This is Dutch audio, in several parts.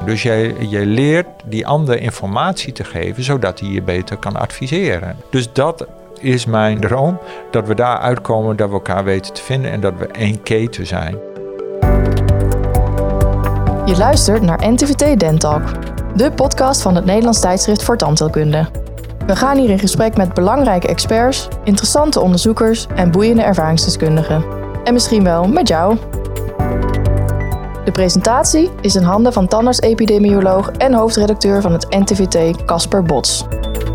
Dus je leert die ander informatie te geven, zodat hij je beter kan adviseren. Dus dat is mijn droom, dat we daar uitkomen, dat we elkaar weten te vinden en dat we één keten zijn. Je luistert naar NTVT Dentalk, de podcast van het Nederlands tijdschrift voor tandheelkunde. We gaan hier in gesprek met belangrijke experts, interessante onderzoekers en boeiende ervaringsdeskundigen. En misschien wel met jou. De presentatie is in handen van tandarts-epidemioloog en hoofdredacteur van het NTVT, Casper Bots.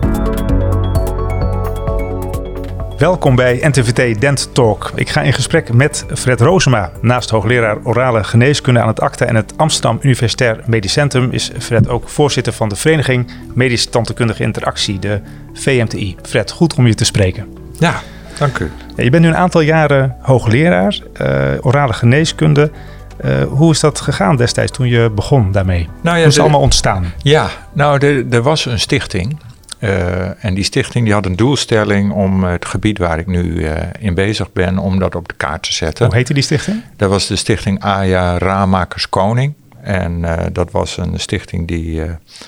Welkom bij NTVT Dent Talk. Ik ga in gesprek met Fred Roosema. Naast hoogleraar orale geneeskunde aan het ACTA en het Amsterdam Universitair Medisch Centrum is Fred ook voorzitter van de Vereniging Medische Tandheelkundige Interactie, de VMTI. Fred, goed om je te spreken. Ja, dank u. Je bent nu een aantal jaren hoogleraar orale geneeskunde. Hoe is dat gegaan destijds toen je begon daarmee? Hoe is het allemaal ontstaan? Ja, er was een stichting. En die stichting die had een doelstelling om het gebied waar ik nu in bezig ben, om dat op de kaart te zetten. Hoe heette die stichting? Dat was de stichting AJA Raammakers Koning. En dat was een stichting die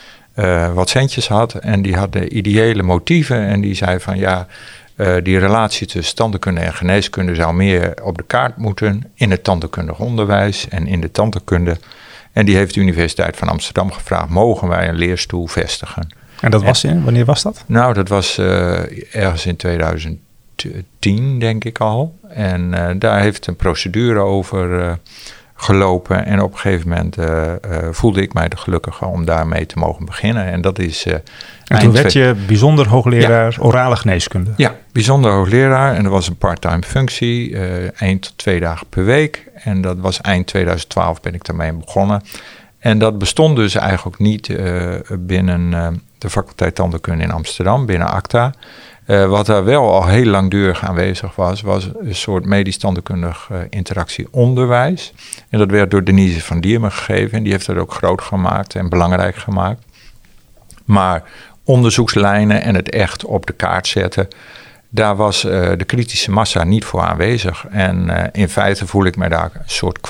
wat centjes had. En die had de ideële motieven. En die zei van die relatie tussen tandheelkunde en geneeskunde zou meer op de kaart moeten in het tandheelkundig onderwijs en in de tandheelkunde. En die heeft de Universiteit van Amsterdam gevraagd, mogen wij een leerstoel vestigen? En dat was wanneer was dat? Nou, dat was ergens in 2010, denk ik al. En daar heeft een procedure over gelopen. En op een gegeven moment voelde ik mij de gelukkige om daarmee te mogen beginnen. En dat is... en toen werd je bijzonder hoogleraar orale geneeskunde? Ja, bijzonder hoogleraar. En dat was een part-time functie, 1 tot 2 dagen per week. En dat was eind 2012 ben ik daarmee begonnen. En dat bestond dus eigenlijk niet binnen de faculteit tandheelkunde in Amsterdam, binnen ACTA. Wat daar wel al heel langdurig aanwezig was een soort medisch tandheelkundig interactieonderwijs. En dat werd door Denise van Diermen gegeven en die heeft dat ook groot gemaakt en belangrijk gemaakt. Maar onderzoekslijnen en het echt op de kaart zetten, daar was de kritische massa niet voor aanwezig. En in feite voel ik mij daar een soort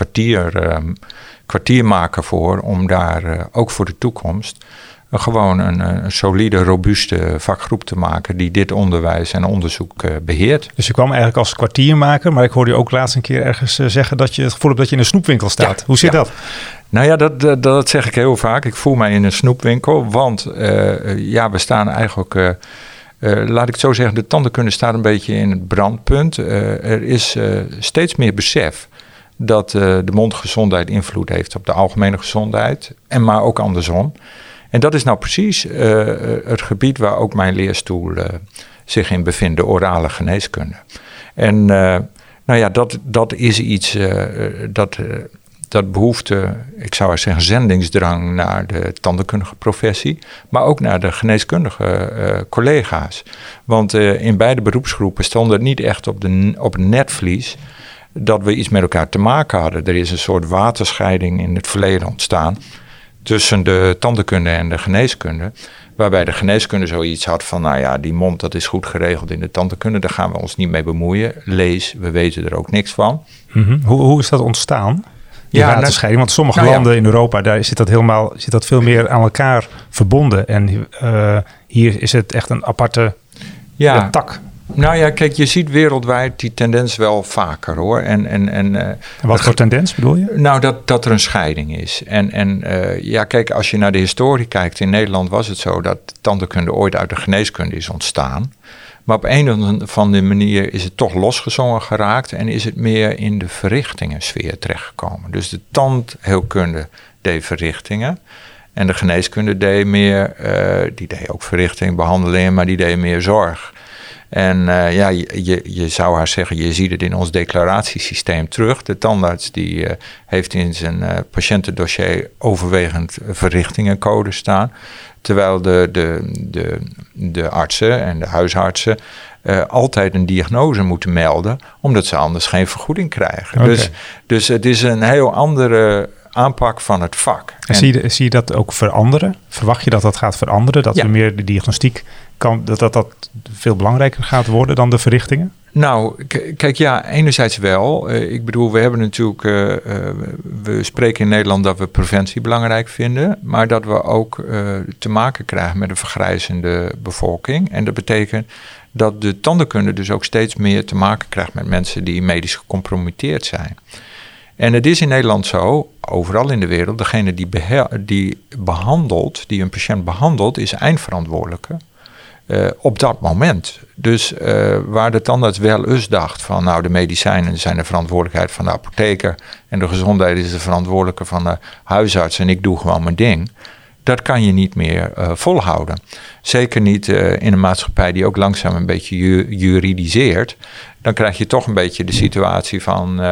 kwartiermaker voor om daar ook voor de toekomst gewoon een solide, robuuste vakgroep te maken die dit onderwijs en onderzoek beheert. Dus je kwam eigenlijk als kwartiermaker, maar ik hoorde je ook laatst een keer ergens zeggen dat je het gevoel hebt dat je in een snoepwinkel staat. Ja, hoe zit dat? Nou ja, dat zeg ik heel vaak. Ik voel mij in een snoepwinkel, want we staan eigenlijk... laat ik het zo zeggen, de tandheelkunde staat een beetje in het brandpunt. Er is steeds meer besef dat de mondgezondheid invloed heeft op de algemene gezondheid, maar ook andersom. En dat is nou precies het gebied waar ook mijn leerstoel zich in bevindt, de orale geneeskunde. En dat is iets dat behoeft, ik zou zeggen, zendingsdrang naar de tandheelkundige professie, maar ook naar de geneeskundige collega's. Want in beide beroepsgroepen stond het niet echt op het netvlies dat we iets met elkaar te maken hadden. Er is een soort waterscheiding in het verleden ontstaan tussen de tandheelkunde en de geneeskunde, waarbij de geneeskunde zoiets had van, die mond dat is goed geregeld in de tandheelkunde, daar gaan we ons niet mee bemoeien. Lees, we weten er ook niks van. Mm-hmm. Hoe is dat ontstaan? Die waterscheiding, want sommige landen in Europa, daar zit dat veel meer aan elkaar verbonden. En hier is het echt een aparte tak. Nou ja, kijk, je ziet wereldwijd die tendens wel vaker, hoor. En wat voor tendens bedoel je? Nou, dat er een scheiding is. Kijk, als je naar de historie kijkt, in Nederland was het zo dat tandheelkunde ooit uit de geneeskunde is ontstaan. Maar op een of andere manier is het toch losgezongen geraakt en is het meer in de verrichtingensfeer terechtgekomen. Dus de tandheelkunde deed verrichtingen en de geneeskunde deed meer, die deed ook verrichting, behandeling, maar die deed meer zorg. En je zou haar zeggen, je ziet het in ons declaratiesysteem terug. De tandarts die heeft in zijn patiëntendossier overwegend verrichtingencode staan. Terwijl de artsen en de huisartsen altijd een diagnose moeten melden, omdat ze anders geen vergoeding krijgen. Okay. Dus het is een heel andere aanpak van het vak. En zie je dat ook veranderen? Verwacht je dat dat gaat veranderen? Dat we meer de diagnostiek dat veel belangrijker gaat worden dan de verrichtingen? Nou, kijk, enerzijds wel. Ik bedoel, we hebben natuurlijk, we spreken in Nederland dat we preventie belangrijk vinden, maar dat we ook te maken krijgen met een vergrijzende bevolking. En dat betekent dat de tandheelkunde dus ook steeds meer te maken krijgt met mensen die medisch gecompromitteerd zijn. En het is in Nederland zo, overal in de wereld, degene die een patiënt behandelt, is eindverantwoordelijke. Op dat moment. Dus waar de tandarts wel eens dacht van nou, de medicijnen zijn de verantwoordelijkheid van de apotheker en de gezondheid is de verantwoordelijke van de huisarts en ik doe gewoon mijn ding. Dat kan je niet meer volhouden. Zeker niet in een maatschappij die ook langzaam een beetje juridiseert. Dan krijg je toch een beetje de situatie van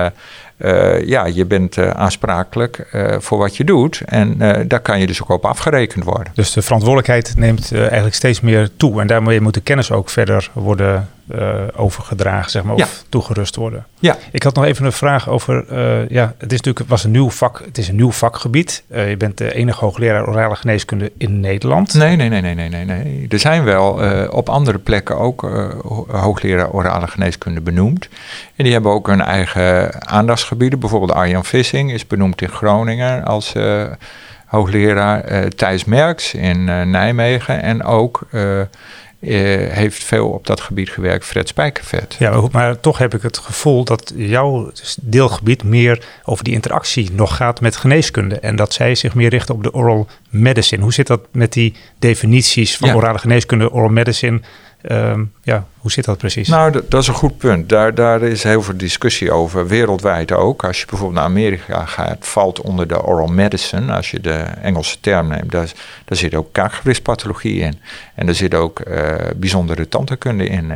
je bent aansprakelijk voor wat je doet. En daar kan je dus ook op afgerekend worden. Dus de verantwoordelijkheid neemt eigenlijk steeds meer toe. En daarmee moet de kennis ook verder worden overgedragen, zeg maar, of toegerust worden. Ja. Ik had nog even een vraag over, het is natuurlijk het is een nieuw vakgebied. Je bent de enige hoogleraar orale geneeskunde in Nederland. Nee. Er zijn wel op andere plekken ook hoogleraar orale geneeskunde benoemd. En die hebben ook hun eigen aandachtsgebieden. Bijvoorbeeld Arjan Vissing is benoemd in Groningen als hoogleraar. Thijs Merks in Nijmegen en ook heeft veel op dat gebied gewerkt, Fred Spijkervet. Ja, maar toch heb ik het gevoel dat jouw deelgebied meer over die interactie nog gaat met geneeskunde. En dat zij zich meer richten op de oral medicine. Hoe zit dat met die definities van orale geneeskunde, oral medicine? Hoe zit dat precies? Nou, dat is een goed punt. Daar is heel veel discussie over, wereldwijd ook. Als je bijvoorbeeld naar Amerika gaat, valt onder de oral medicine, als je de Engelse term neemt, daar zit ook kaakgewrichtspathologie in. En daar zit ook bijzondere tandheelkunde in.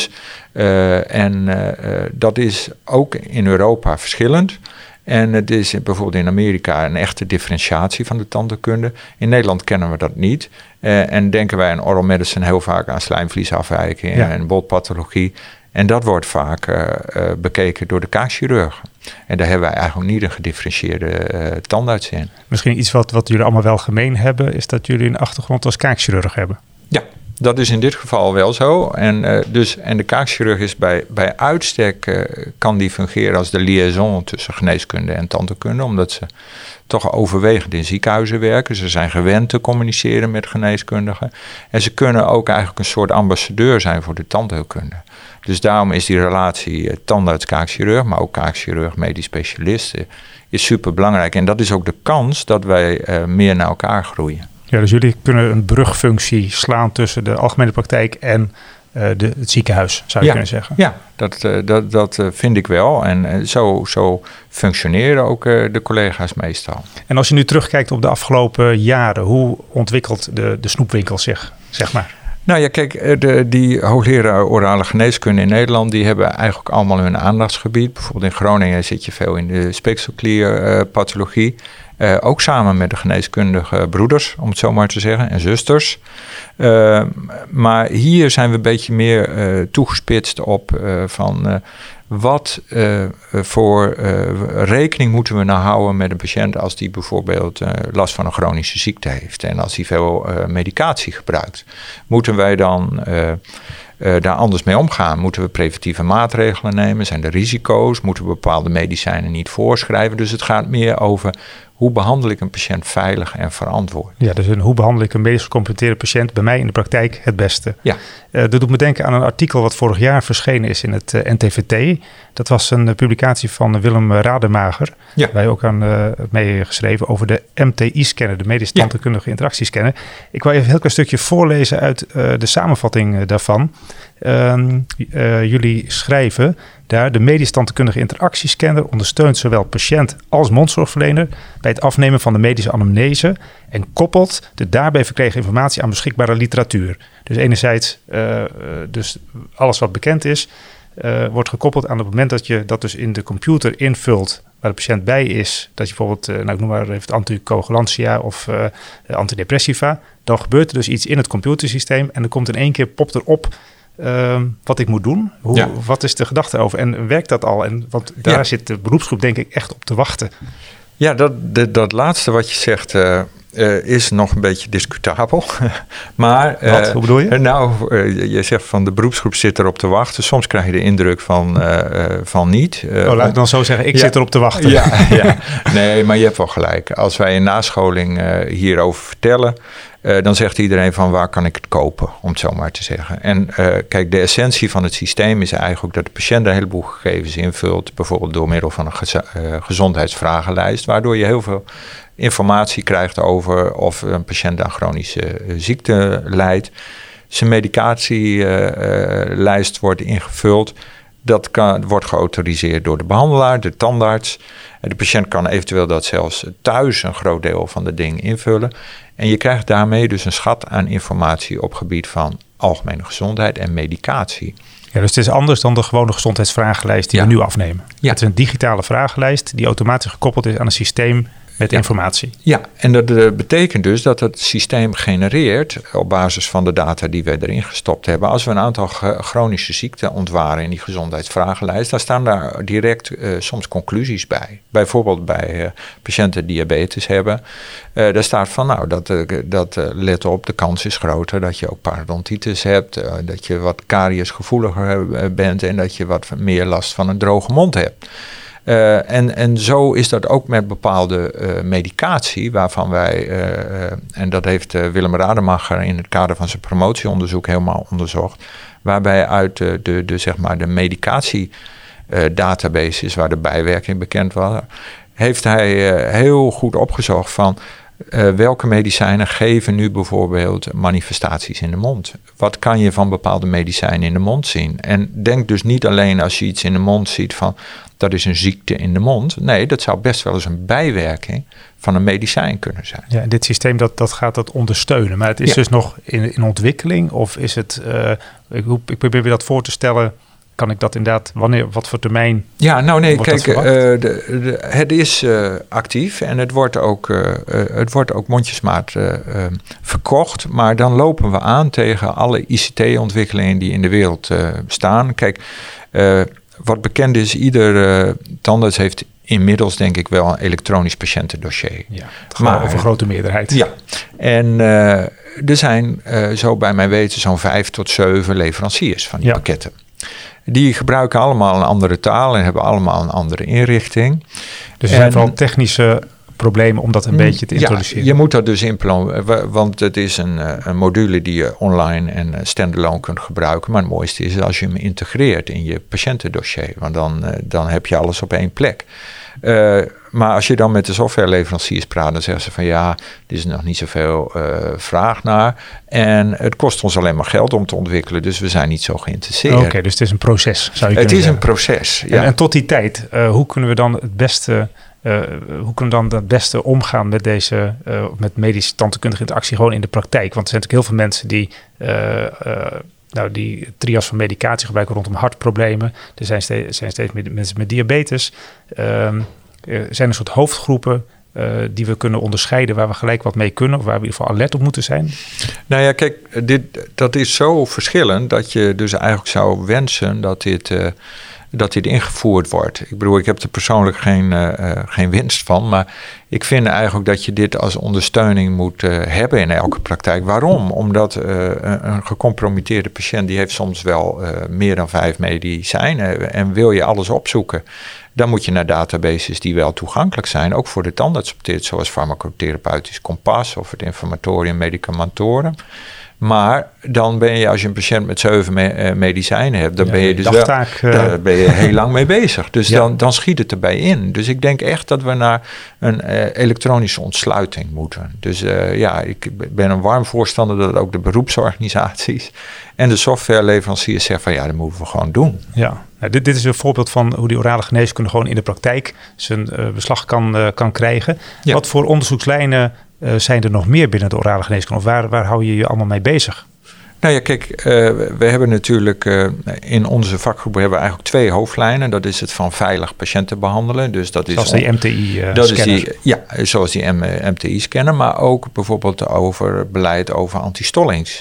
En dat is ook in Europa verschillend. En het is bijvoorbeeld in Amerika een echte differentiatie van de tandheelkunde. In Nederland kennen we dat niet. En denken wij in oral medicine heel vaak aan slijmvliesafwijking en botpathologie. En dat wordt vaak bekeken door de kaakchirurgen. En daar hebben wij eigenlijk niet een gedifferentieerde tandarts in. Misschien iets wat jullie allemaal wel gemeen hebben, is dat jullie een achtergrond als kaakchirurg hebben. Ja. Dat is in dit geval wel zo. En de kaakchirurg is bij uitstek kan die fungeren als de liaison tussen geneeskunde en tandheelkunde, omdat ze toch overwegend in ziekenhuizen werken. Ze zijn gewend te communiceren met geneeskundigen. En ze kunnen ook eigenlijk een soort ambassadeur zijn voor de tandheelkunde. Dus daarom is die relatie tandarts-kaakchirurg, maar ook kaakchirurg-medisch specialist, is super belangrijk. En dat is ook de kans dat wij meer naar elkaar groeien. Ja, dus jullie kunnen een brugfunctie slaan tussen de algemene praktijk en het ziekenhuis, zou je kunnen zeggen. Ja, dat vind ik wel. En zo functioneren ook de collega's meestal. En als je nu terugkijkt op de afgelopen jaren, hoe ontwikkelt de snoepwinkel zich, zeg maar? Nou ja, kijk, die hoogleraar orale geneeskunde in Nederland, die hebben eigenlijk allemaal hun aandachtsgebied. Bijvoorbeeld in Groningen zit je veel in de speekselklierpathologie. Ook samen met de geneeskundige broeders, om het zo maar te zeggen, en zusters. Maar hier zijn we een beetje meer toegespitst op wat voor rekening moeten we nou houden met een patiënt als die bijvoorbeeld last van een chronische ziekte heeft en als hij veel medicatie gebruikt. Moeten wij dan daar anders mee omgaan? Moeten we preventieve maatregelen nemen? Zijn er risico's? Moeten we bepaalde medicijnen niet voorschrijven? Dus het gaat meer over hoe behandel ik een patiënt veilig en verantwoord. Ja, dus hoe behandel ik een medisch gecompromitteerde patiënt bij mij in de praktijk het beste? Ja. Dat doet me denken aan een artikel wat vorig jaar verschenen is in het NTVT. Dat was een publicatie van Willem Rademacher. Ja. Wij ook aan meegeschreven over de MTI-scanner, de medisch tandheelkundige interactiescanner. Ik wil even een heel klein stukje voorlezen uit de samenvatting daarvan. Jullie schrijven daar: de medisch tandheelkundige interactiescanner ondersteunt zowel patiënt als mondzorgverlener bij het afnemen van de medische anamnese en koppelt de daarbij verkregen informatie aan beschikbare literatuur. Dus enerzijds, dus alles wat bekend is, wordt gekoppeld aan het moment dat je dat dus in de computer invult waar de patiënt bij is, dat je bijvoorbeeld, ik noem maar even anticoagulantia of antidepressiva, dan gebeurt er dus iets in het computersysteem en dan komt in één keer, popt erop wat ik moet doen. Wat is de gedachte over? En werkt dat al? Want daar zit de beroepsgroep denk ik echt op te wachten. Ja, dat laatste wat je zegt, is nog een beetje discutabel. Maar, Wat? Hoe bedoel je? Je zegt van de beroepsgroep zit erop te wachten. Soms krijg je de indruk van niet. Laat ik dan zo zeggen, ik zit erop te wachten. Ja. Nee, maar je hebt wel gelijk. Als wij in nascholing hierover vertellen, dan zegt iedereen van waar kan ik het kopen, om het zo maar te zeggen. En kijk, de essentie van het systeem is eigenlijk dat de patiënt een heleboel gegevens invult, bijvoorbeeld door middel van een gezondheidsvragenlijst, waardoor je heel veel informatie krijgt over of een patiënt aan chronische ziekte lijdt. Zijn medicatielijst wordt ingevuld. Dat wordt geautoriseerd door de behandelaar, de tandarts. De patiënt kan eventueel dat zelfs thuis een groot deel van de dingen invullen. En je krijgt daarmee dus een schat aan informatie op gebied van algemene gezondheid en medicatie. Ja, dus het is anders dan de gewone gezondheidsvragenlijst die we nu afnemen. Ja. Het is een digitale vragenlijst die automatisch gekoppeld is aan een systeem met informatie. Ja, en dat betekent dus dat het systeem genereert op basis van de data die we erin gestopt hebben. Als we een aantal chronische ziekten ontwaren in die gezondheidsvragenlijst, dan staan daar direct soms conclusies bij. Bijvoorbeeld bij patiënten die diabetes hebben. Daar staat van, dat let op, de kans is groter dat je ook parodontitis hebt, dat je wat kariesgevoeliger bent en dat je wat meer last van een droge mond hebt. En zo is dat ook met bepaalde medicatie, waarvan wij, en dat heeft Willem Rademacher in het kader van zijn promotieonderzoek helemaal onderzocht, waarbij uit de medicatiedatabases, waar de bijwerking bekend was, heeft hij heel goed opgezocht van welke medicijnen geven nu bijvoorbeeld manifestaties in de mond. Wat kan je van bepaalde medicijnen in de mond zien? En denk dus niet alleen als je iets in de mond ziet van dat is een ziekte in de mond. Nee, dat zou best wel eens een bijwerking van een medicijn kunnen zijn. Ja, dit systeem dat gaat dat ondersteunen. Maar het is dus nog in ontwikkeling? Of is het, ik probeer me dat voor te stellen, kan ik dat inderdaad, wat voor termijn? Ja, kijk, het is actief en het wordt ook mondjesmaat verkocht. Maar dan lopen we aan tegen alle ICT-ontwikkelingen die in de wereld staan. Kijk, wat bekend is, ieder tandarts heeft inmiddels denk ik wel een elektronisch patiëntendossier. Ja, maar over een grote meerderheid. Ja, en er zijn zo bij mijn weten zo'n 5 tot 7 leveranciers van die pakketten. Die gebruiken allemaal een andere taal en hebben allemaal een andere inrichting. Dus er zijn vooral technische problemen om dat een beetje te introduceren. Ja, je moet dat dus implementeren, want het is een module die je online en standalone kunt gebruiken. Maar het mooiste is als je hem integreert in je patiëntendossier, want dan heb je alles op één plek. Maar als je dan met de softwareleveranciers praat, dan zeggen ze van ja, er is nog niet zoveel vraag naar. En het kost ons alleen maar geld om te ontwikkelen, dus we zijn niet zo geïnteresseerd. Oké, dus het is een proces, zou je kunnen zeggen. Een proces, ja. En tot die tijd, hoe kunnen we dan het beste omgaan met deze met medische tandheelkundige interactie gewoon in de praktijk? Want er zijn natuurlijk heel veel mensen die die trias van medicatie gebruiken rondom hartproblemen. Er zijn steeds meer mensen met diabetes. Zijn een soort hoofdgroepen die we kunnen onderscheiden, waar we gelijk wat mee kunnen, of waar we in ieder geval alert op moeten zijn? Nou ja, kijk, dat is zo verschillend dat je dus eigenlijk zou wensen dat dit ingevoerd wordt. Ik bedoel, ik heb er persoonlijk geen winst van, maar ik vind eigenlijk dat je dit als ondersteuning moet hebben in elke praktijk. Waarom? Omdat een gecompromitteerde patiënt, die heeft soms wel meer dan 5 medicijnen en wil je alles opzoeken, dan moet je naar databases die wel toegankelijk zijn, ook voor de tandarts, zoals farmacotherapeutisch kompas of het informatorium medicamentorum. Maar dan ben je, als je een patiënt met 7 medicijnen hebt, dan ben je dus daar ben je heel lang mee bezig. Dus dan schiet het erbij in. Dus ik denk echt dat we naar een elektronische ontsluiting moeten. Dus ik ben een warm voorstander dat ook de beroepsorganisaties en de softwareleveranciers zeggen van dat moeten we gewoon doen. Ja. Nou, dit is een voorbeeld van hoe die orale geneeskunde gewoon in de praktijk zijn beslag kan krijgen. Ja. Wat voor onderzoekslijnen zijn er nog meer binnen de orale geneeskunde? Of waar hou je je allemaal mee bezig? Nou ja, kijk, we hebben natuurlijk in onze vakgroep hebben we eigenlijk 2 hoofdlijnen. Dat is het van veilig patiënten behandelen. Dus dat is zoals die MTI-scanner. Zoals die MTI-scanner. Maar ook bijvoorbeeld over beleid over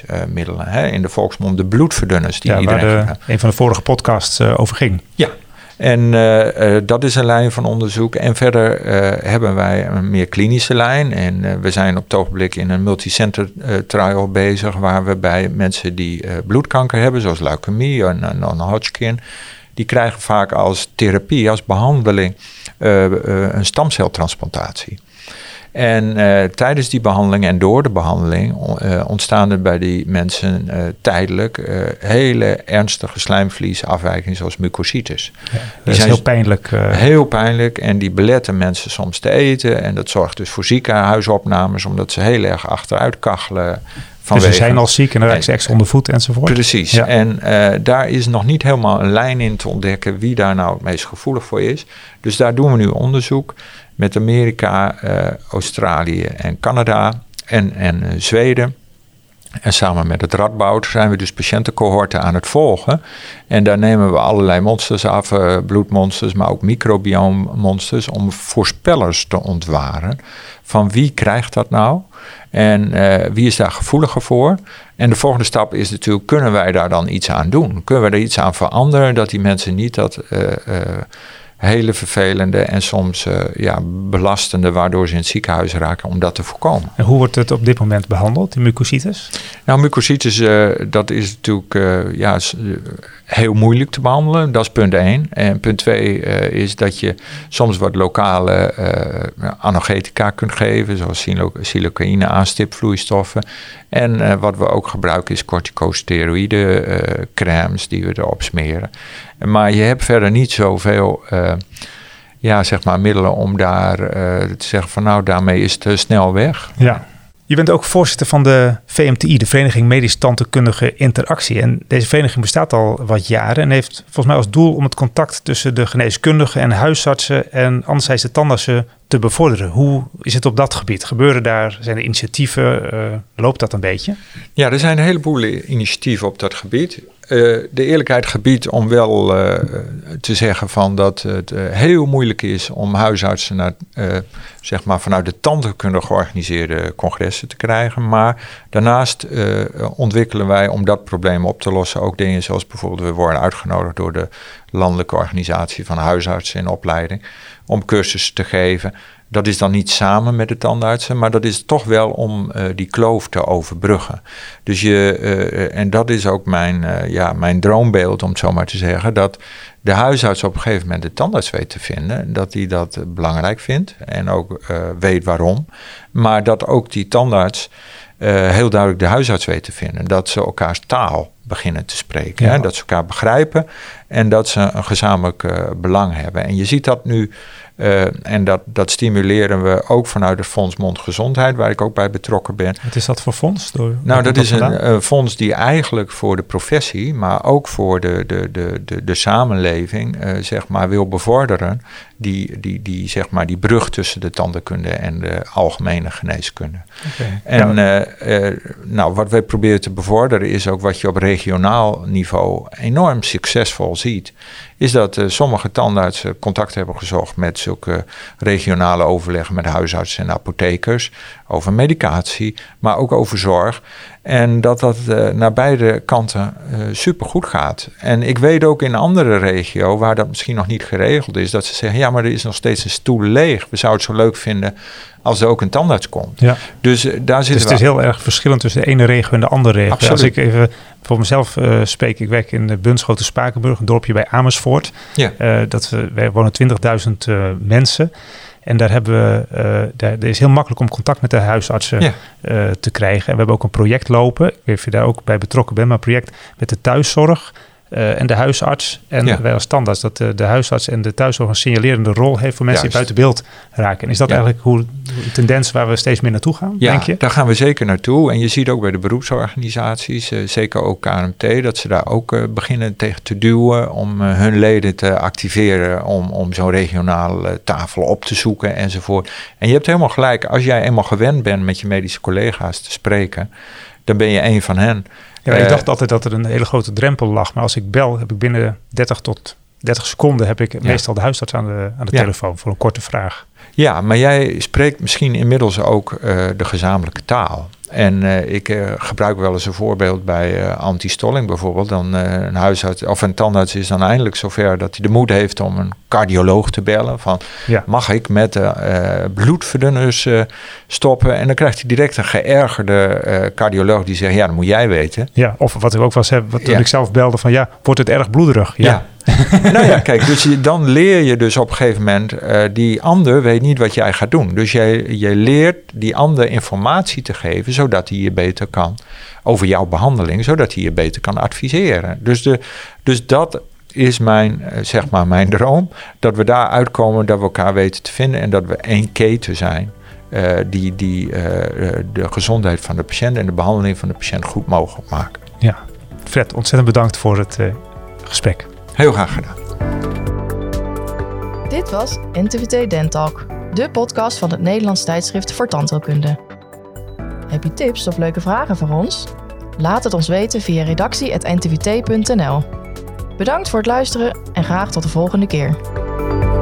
antistollingsmiddelen. In de volksmond de bloedverdunners. Die waar een van de vorige podcasts over ging. Ja. En dat is een lijn van onderzoek. En verder hebben wij een meer klinische lijn. En we zijn op het ogenblik in een multicenter trial bezig, waar we bij mensen die bloedkanker hebben, zoals leukemie en non-Hodgkin, die krijgen vaak als therapie, als behandeling, een stamceltransplantatie. En tijdens die behandeling en door de behandeling ontstaan er bij die mensen tijdelijk hele ernstige slijmvliesafwijkingen zoals mucositis. Ja, dat is heel pijnlijk. Heel pijnlijk en die beletten mensen soms te eten. En dat zorgt dus voor ziekenhuisopnames omdat ze heel erg achteruit kachelen. Dus ze zijn al ziek en dan raken ze extra onder voet enzovoort. Precies. Ja. En daar is nog niet helemaal een lijn in te ontdekken wie daar nou het meest gevoelig voor is. Dus daar doen we nu onderzoek met Amerika, Australië en Canada en Zweden. En samen met het Radboud zijn we dus patiëntencohorten aan het volgen. En daar nemen we allerlei monsters af, bloedmonsters, maar ook microbioommonsters, om voorspellers te ontwaren van wie krijgt dat nou en wie is daar gevoeliger voor. En de volgende stap is natuurlijk, kunnen wij daar dan iets aan doen? Kunnen we er iets aan veranderen dat die mensen niet dat hele vervelende en soms belastende, waardoor ze in het ziekenhuis raken, om dat te voorkomen. En hoe wordt het op dit moment behandeld, die mucositis? Nou, mucositis, dat is natuurlijk heel moeilijk te behandelen. Dat is punt 1. En punt 2 is dat je soms wat lokale analgetica kunt geven, zoals silocaïne, aanstipvloeistoffen. En wat we ook gebruiken is corticosteroïde crèmes die we erop smeren. Maar je hebt verder niet zoveel middelen om daar te zeggen van nou, daarmee is het snel weg. Ja. Je bent ook voorzitter van de VMTI, de Vereniging Medisch-Tandheelkundige Interactie. En deze vereniging bestaat al wat jaren en heeft volgens mij als doel om het contact tussen de geneeskundigen en huisartsen en anderzijds de tandartsen te bevorderen. Hoe is het op dat gebied? Zijn er initiatieven? Loopt dat een beetje? Ja, er zijn een heleboel initiatieven op dat gebied. De eerlijkheid gebiedt om wel te zeggen van dat het heel moeilijk is om huisartsen naar, vanuit de tandheelkunde georganiseerde congressen te krijgen. Maar daarnaast ontwikkelen wij om dat probleem op te lossen ook dingen zoals bijvoorbeeld we worden uitgenodigd door de Landelijke Organisatie van Huisartsen in Opleiding om cursussen te geven. Dat is dan niet samen met de tandartsen, maar dat is toch wel om die kloof te overbruggen. Dus en dat is ook mijn droombeeld, om het zo maar te zeggen, dat de huisarts op een gegeven moment de tandarts weet te vinden, dat hij dat belangrijk vindt en ook weet waarom. Maar dat ook die tandarts heel duidelijk de huisarts weet te vinden. Dat ze elkaars taal beginnen te spreken. Ja. Hè? Dat ze elkaar begrijpen en dat ze een gezamenlijk belang hebben. En je ziet dat nu, en dat stimuleren we ook vanuit het Fonds Mondgezondheid, waar ik ook bij betrokken ben. Wat is dat voor fonds? Dat is een fonds die eigenlijk voor de professie, maar ook voor de samenleving, wil bevorderen. Die brug tussen de tandheelkunde en de algemene geneeskunde. Okay. En wat wij proberen te bevorderen is ook wat je op regionaal niveau enorm succesvol ziet, is dat sommige tandartsen contact hebben gezocht met zulke regionale overleggen met huisartsen en apothekers over medicatie, maar ook over zorg. En dat naar beide kanten supergoed gaat. En ik weet ook in andere regio waar dat misschien nog niet geregeld is, dat ze zeggen, ja, maar er is nog steeds een stoel leeg. We zouden het zo leuk vinden als er ook een tandarts komt. Ja. Dus daar zitten het is heel erg verschillend tussen de ene regio en de andere regio. Absoluut. Als ik even voor mezelf spreek, ik werk in Bunschoten-Spakenburg, een dorpje bij Amersfoort. Ja. Wij wonen 20.000 mensen. En daar er is heel makkelijk om contact met de huisartsen te krijgen. En we hebben ook een project lopen. Ik weet niet of je daar ook bij betrokken bent, maar een project met de thuiszorg en de huisarts. En wij als tandarts, dat de huisarts en de thuiszorg een signalerende rol heeft voor mensen die buiten beeld raken. En is dat eigenlijk de tendens waar we steeds meer naartoe gaan, denk je? Daar gaan we zeker naartoe. En je ziet ook bij de beroepsorganisaties, zeker ook KNMT, dat ze daar ook beginnen tegen te duwen om hun leden te activeren om zo'n regionale tafel op te zoeken enzovoort. En je hebt helemaal gelijk, als jij eenmaal gewend bent met je medische collega's te spreken, dan ben je een van hen. Ja, ik dacht altijd dat er een hele grote drempel lag. Maar als ik bel, heb ik binnen 30 tot 30 seconden heb ik meestal de huisarts aan de telefoon voor een korte vraag. Ja, maar jij spreekt misschien inmiddels ook de gezamenlijke taal. En ik gebruik wel eens een voorbeeld bij anti-stolling bijvoorbeeld. Dan een huisarts of een tandarts is dan eindelijk zover dat hij de moed heeft om een cardioloog te bellen. Van, mag ik met bloedverdunners stoppen? En dan krijgt hij direct een geërgerde cardioloog die zegt, dat moet jij weten. Ja, of wat ik ook wel eens heb, toen ik zelf belde van, wordt het erg bloederig? Ja. Nou ja, kijk, dus dan leer je dus op een gegeven moment, die ander weet niet wat jij gaat doen. Dus je leert die ander informatie te geven, zodat hij je beter kan, over jouw behandeling, zodat hij je beter kan adviseren. Dus dat is mijn droom, dat we daar uitkomen, dat we elkaar weten te vinden en dat we één keten zijn. Die de gezondheid van de patiënt en de behandeling van de patiënt goed mogelijk maken. Ja, Fred, ontzettend bedankt voor het gesprek. Heel graag gedaan. Dit was NTVT Dentalk, de podcast van het Nederlands tijdschrift voor tandheelkunde. Heb je tips of leuke vragen voor ons? Laat het ons weten via redactie@ntvt.nl. Bedankt voor het luisteren en graag tot de volgende keer.